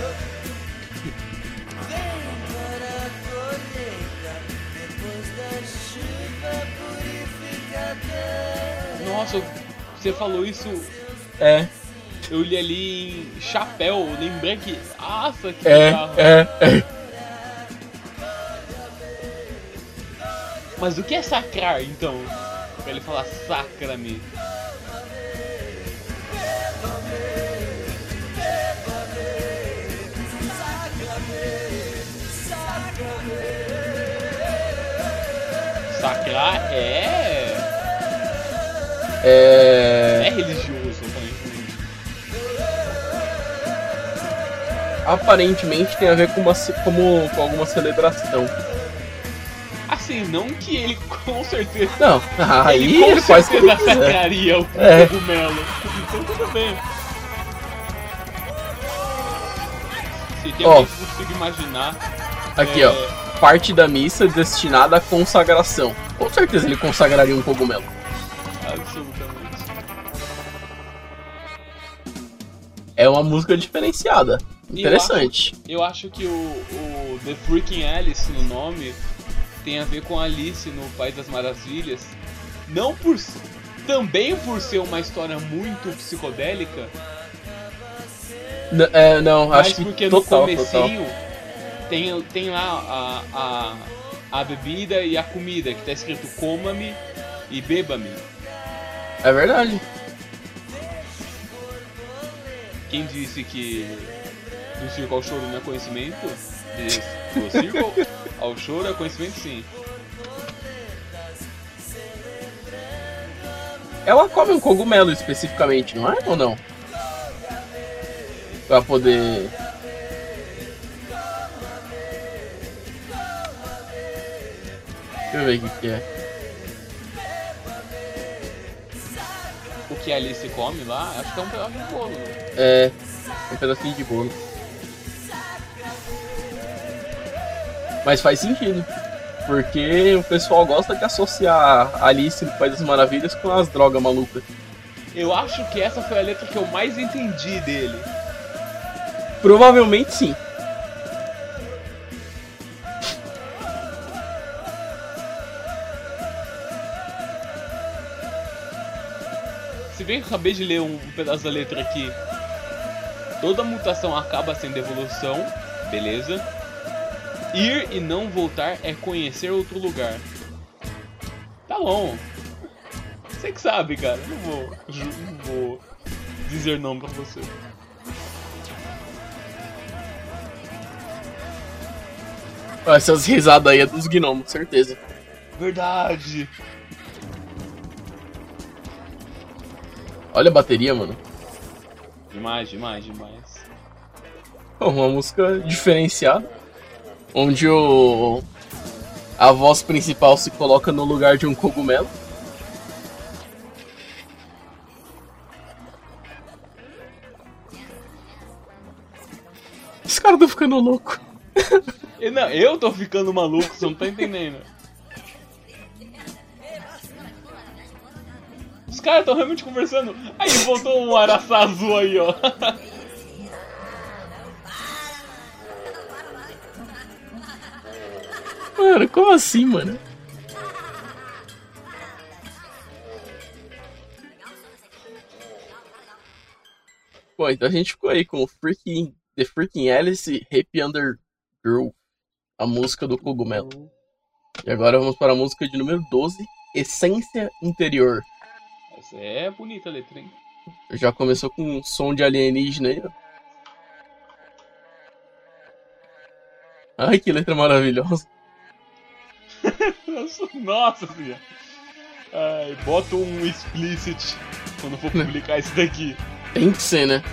Nossa, você falou isso. É, Eu li ali em chapéu, eu lembrei que. Nossa, que é. bizarro. Mas o que é sacrar então? Pra ele falar sacra-me. Sacrar é religioso, aparentemente. Aparentemente tem a ver com com alguma celebração. Assim, não que ele com certeza. Não, aí Ele com ele faz o que ele certeza quiser. sacraria o É. cogumelo. Então tudo bem. Se tem Ó. alguém que consiga imaginar. Aqui, ó. Parte da missa destinada à consagração. Com certeza ele consagraria um cogumelo. Absolutamente. É uma música diferenciada. Interessante. Eu acho que o The Freaking Alice no nome tem a ver com Alice no País das Maravilhas. Não por. Também por ser uma história muito psicodélica. Não, Mas acho que porque total, no comecinho tem lá a bebida e a comida, que tá escrito coma-me e beba-me. É verdade. Quem disse que do circo ao choro não é conhecimento? Do circo ao choro é conhecimento, sim. Ela come um cogumelo especificamente, não é? Ou não? Pra poder... Deixa eu ver o que é. O que a Alice come lá, acho que é um pedaço de bolo. Né? É, um pedacinho de bolo. Mas faz sentido. Porque o pessoal gosta de associar Alice no País das Maravilhas com as drogas malucas. Eu acho que essa foi a letra que eu mais entendi dele. Provavelmente sim. Se bem que eu acabei de ler um pedaço da letra aqui. Toda mutação acaba sendo evolução, beleza? Ir e não voltar é conhecer outro lugar. Tá bom. Você que sabe, cara. Eu não vou dizer não pra você. Essas risadas aí é dos gnomos, certeza. Verdade. Olha a bateria, mano. Demais. Pô, uma música diferenciada. Onde a voz principal se coloca no lugar de um cogumelo. Esse cara tá ficando louco. Não, eu tô ficando maluco, você não tá entendendo. Os caras estão realmente conversando. Aí voltou um araçá azul aí, ó. Mano, como assim, mano? Bom, então a gente ficou aí com The Freaking Alice Happy Under Girl, a música do cogumelo. E agora vamos para a música de número 12, Essência Interior. Essa é bonita a letra, hein? Já começou com um som de alienígena aí, ó. Ai, que letra maravilhosa. Nossa senhora. Ai, bota um explicit quando for publicar isso daqui. Tem que ser, né?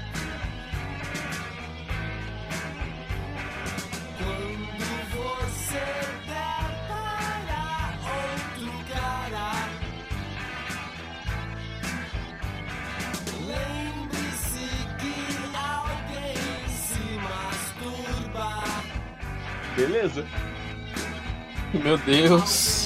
Beleza. Meu Deus.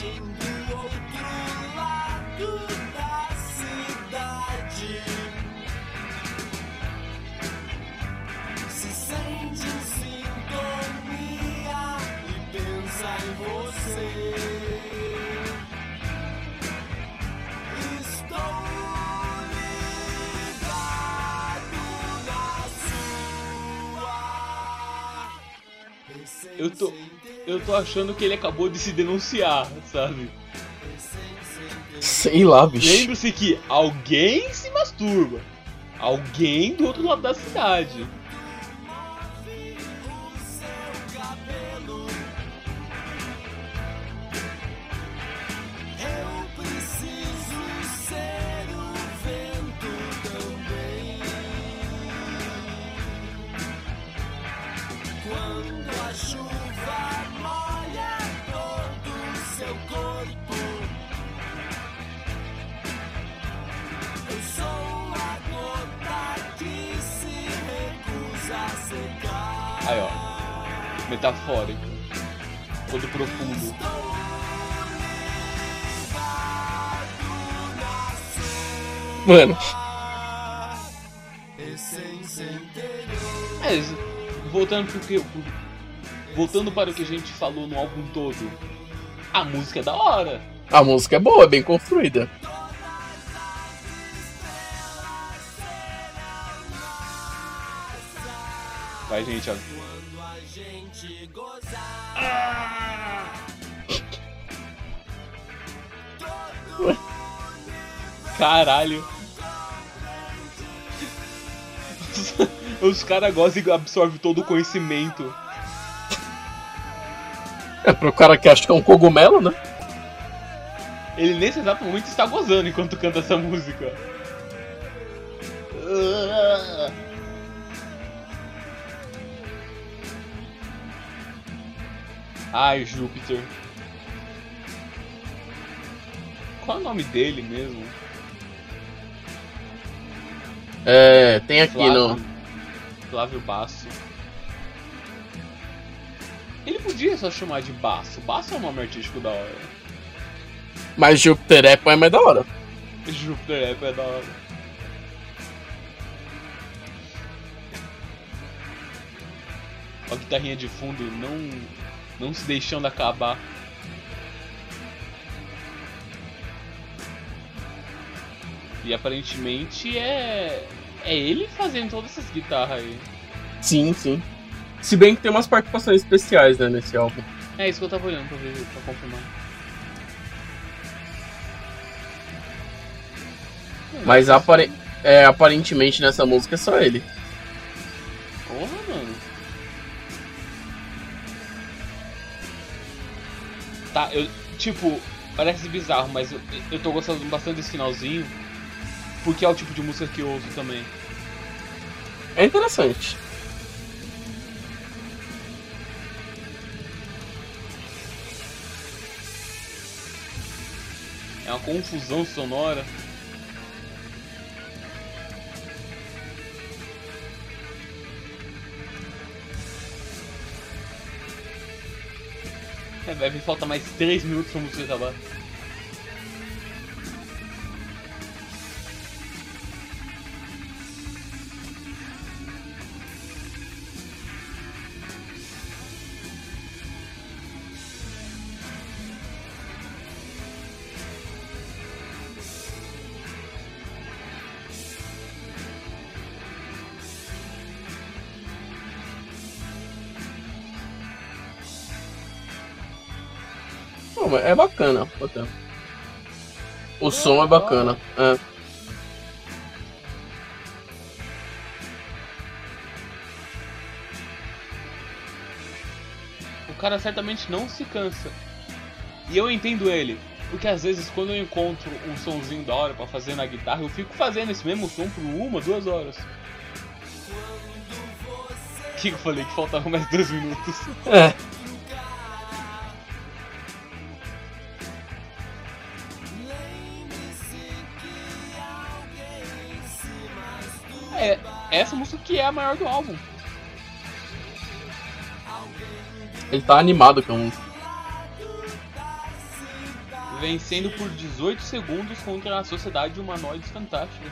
Se sente em sintonia e pensa em você. Estou ligado na sua. Eu tô achando que ele acabou de se denunciar, sabe? Sei lá, bicho. Lembre-se que alguém se masturba. Alguém do outro lado da cidade. Eu preciso ser o vento também. Quando a chuva molha todo o seu corpo, eu sou a gota que se recusa a secar. Aí, ó. Metafórico. Todo profundo. Mano, Essência interior. Mas, voltando para o que a gente falou no álbum todo. A música é da hora. a música é boa, é bem construída. Vai, gente, ó. Quando a gente gozar. Caralho. Os caras gostam e absorvem todo o conhecimento. É pro cara que acha que é um cogumelo, né? Ele nesse exato momento está gozando enquanto canta essa música. Ai, Júpiter. Qual é o nome dele mesmo? Tem aqui no... Flávio Basso. Ele podia só chamar de Basso. Basso é um nome artístico da hora. Mas Júpiter Apple é mais da hora. Júpiter Apple é da hora. A guitarrinha de fundo não se deixando acabar. E aparentemente é ele fazendo todas essas guitarras aí. Sim, sim. Se bem que tem umas participações especiais, né, nesse álbum. É isso que eu tava olhando pra ver, pra confirmar. Mas aparentemente nessa música é só ele. Porra, mano. Tá, tipo, parece bizarro, mas eu tô gostando bastante desse finalzinho. Porque é o tipo de música que eu ouço também. É interessante. É uma confusão sonora. Vai me faltar mais 3 minutos pra música acabar. Pô, mas é bacana. O som é bacana. É. O cara certamente não se cansa. E eu entendo ele. Porque às vezes quando eu encontro um sonzinho da hora pra fazer na guitarra, eu fico fazendo esse mesmo som por 1, 2 horas. O que eu falei? Que faltavam mais 2 minutos. É. Essa música que é a maior do álbum. Ele tá animado com a música. Vencendo por 18 segundos contra a Sociedade de Humanoides Fantásticos.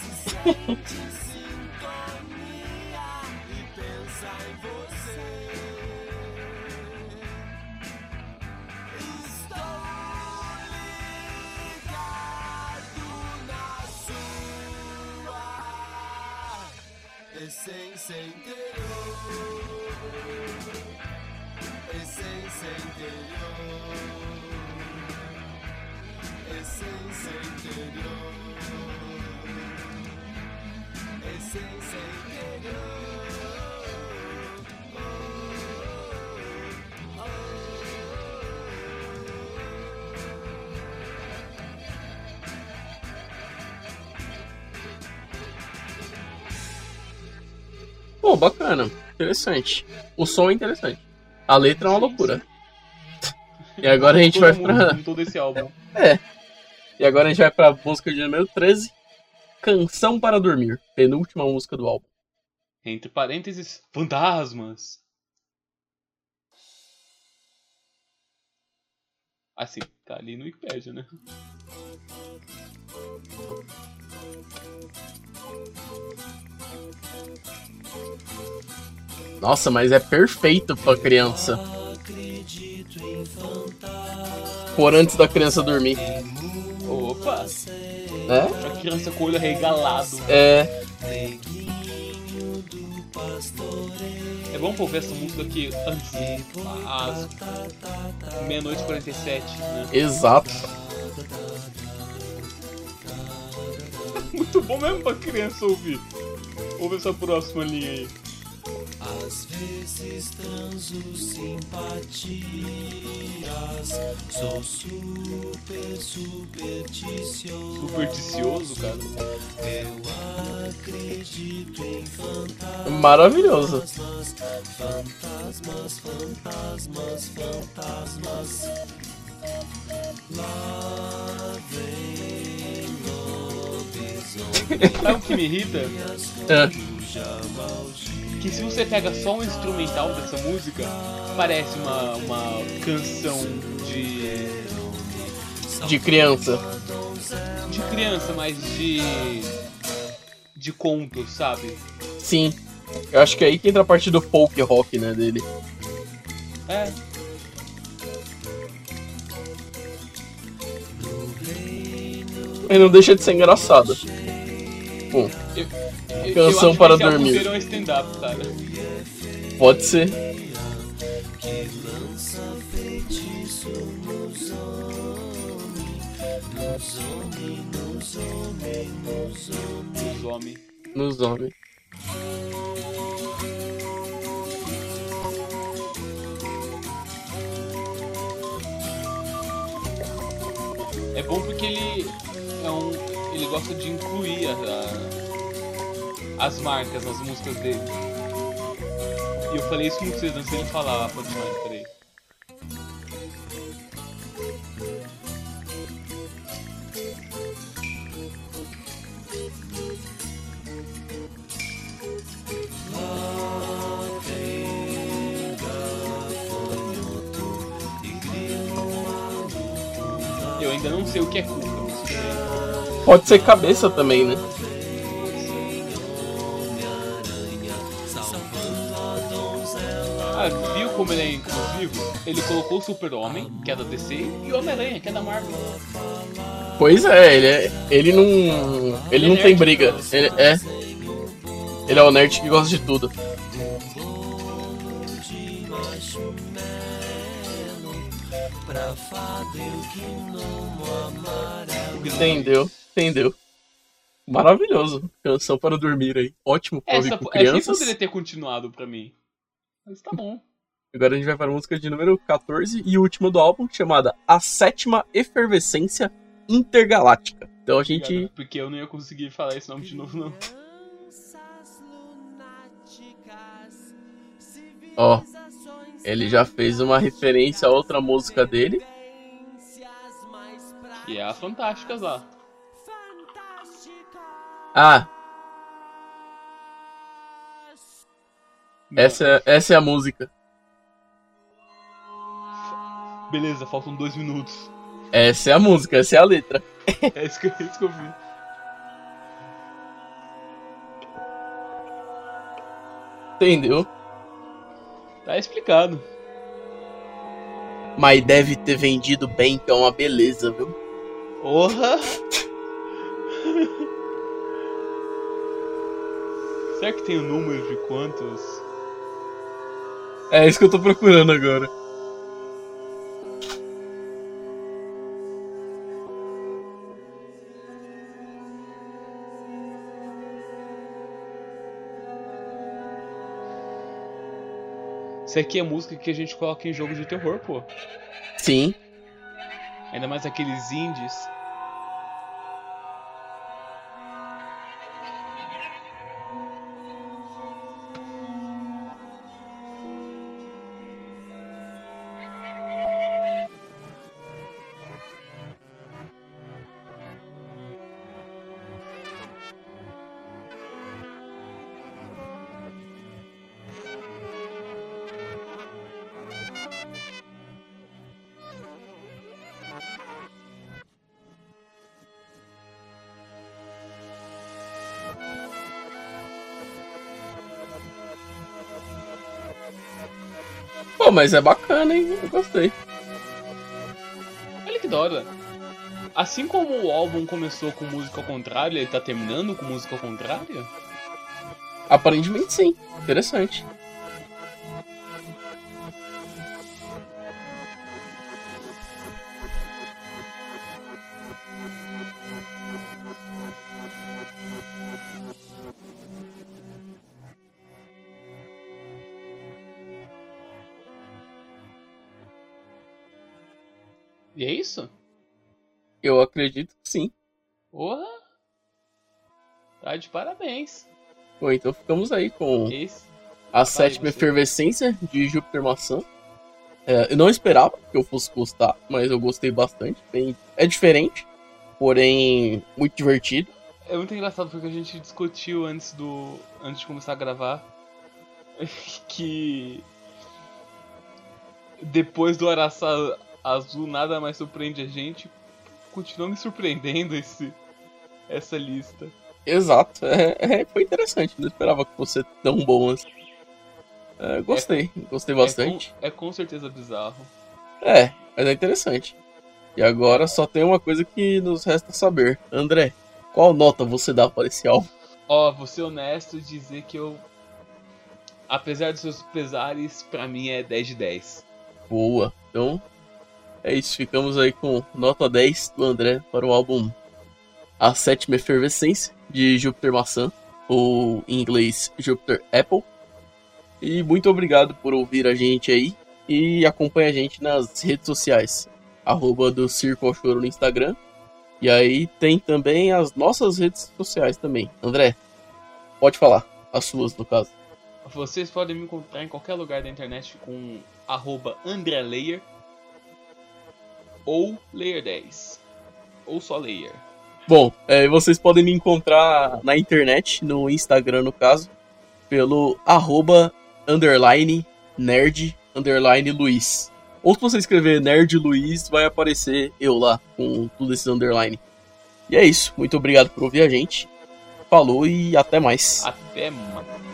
Essência interior, essência interior, essência interior, essência interior. Pô, bacana. Interessante. O som é interessante. A letra é uma loucura. E agora a gente vai pra... todo esse álbum. E agora a gente vai pra música de número 13. Canção para Dormir. Penúltima música do álbum. Entre parênteses, fantasmas. Assim, tá ali no Wikipedia, né? Nossa, mas é perfeito pra criança. Por antes da criança dormir. Opa! É? A criança com o olho arregalado. É. É bom pra ouvir essa música aqui antes, às 00:47, né? Exato. Muito bom mesmo pra criança ouvir. Ouve essa próxima linha aí. Às vezes transo simpatias, sou super supersticioso. Supersticioso, cara. Eu acredito em fantasmas. Maravilhoso. Fantasmas, fantasmas, fantasmas. Sabe o que me irrita? É. Que se você pega só um instrumental dessa música, parece uma canção De criança. de criança, mas de contos, sabe? Sim. Eu acho que é aí que entra a parte do folk rock, né, dele. É. E não deixa de ser engraçado. Bom, Canção acho para que esse dormir. álbum inteiro é um stand-up, cara. pode ser. Os homens. Nos homens. É bom porque ele gosta de incluir as marcas nas músicas dele. E eu falei isso muito cedo antes dele falar, pode mais, peraí. Eu ainda não sei o que é cuca, mas tudo bem. Pode ser cabeça também, né? Ah, viu como ele é inclusivo? Ele colocou o Super-Homem, que é da DC, e o Homem-Aranha, que é da Marvel. Pois é, ele não tem nerd. briga. Ele é o nerd que gosta de tudo. Entendeu. Maravilhoso. Canção para dormir aí. Ótimo pra ouvir com Essa crianças. poderia ter continuado pra mim. Mas tá bom. Agora a gente vai para a música de número 14 e última do álbum, chamada A Sétima Efervescência Intergaláctica. Então a gente... Obrigado, porque eu não ia conseguir falar esse nome de novo, não. Ó, ele já fez uma referência a outra música dele. E é a Fantásticas lá. Ah, essa é a música. Beleza, faltam 2 minutos. Essa é a música, essa é a letra. É isso que eu vi. Entendeu? Tá explicado. Mas deve ter vendido bem, que é uma beleza, viu? Porra! Será que tem o número de quantos? É isso que eu tô procurando agora. Isso aqui é música que a gente coloca em jogo de terror, pô. Sim. Ainda mais aqueles indies. Pô, mas é bacana, hein? Eu gostei. Olha que da hora. Assim como o álbum começou com música ao contrário, ele tá terminando com música ao contrário? Aparentemente sim. Interessante. E é isso? Eu acredito que sim. Porra! Tá de parabéns. Bom, então ficamos aí com Esse. a sétima você. efervescência de Júpiter Maçã. Eu não esperava que eu fosse gostar, mas eu gostei bastante. É diferente, porém muito divertido. É muito engraçado porque a gente discutiu antes de começar a gravar que depois do Araçá Azul nada mais surpreende a gente. Continua me surpreendendo essa lista. Exato, foi interessante, não esperava que fosse tão bom assim. Gostei bastante. É com certeza bizarro. Mas é interessante. E agora só tem uma coisa que nos resta saber. André, qual nota você dá para esse álbum? Vou ser honesto e dizer que apesar dos seus pesares, pra mim é 10 de 10. Boa, então é isso, ficamos aí com nota 10 do André para o álbum A Sétima Efervescência, de Júpiter Maçã, ou em inglês Júpiter Apple. E muito obrigado por ouvir a gente aí e acompanha a gente nas redes sociais, @do Circo ao Choro no Instagram. E aí tem também as nossas redes sociais também. André, pode falar, as suas no caso. Vocês podem me encontrar em qualquer lugar da internet com @AndreLayer ou Layer10, ou só Layer. Bom, vocês podem me encontrar na internet, no Instagram no caso, pelo @_nerd_Luiz. Ou se você escrever Nerd Luiz, vai aparecer eu lá, com tudo esse underline. E é isso, muito obrigado por ouvir a gente. Falou e até mais. Até mais.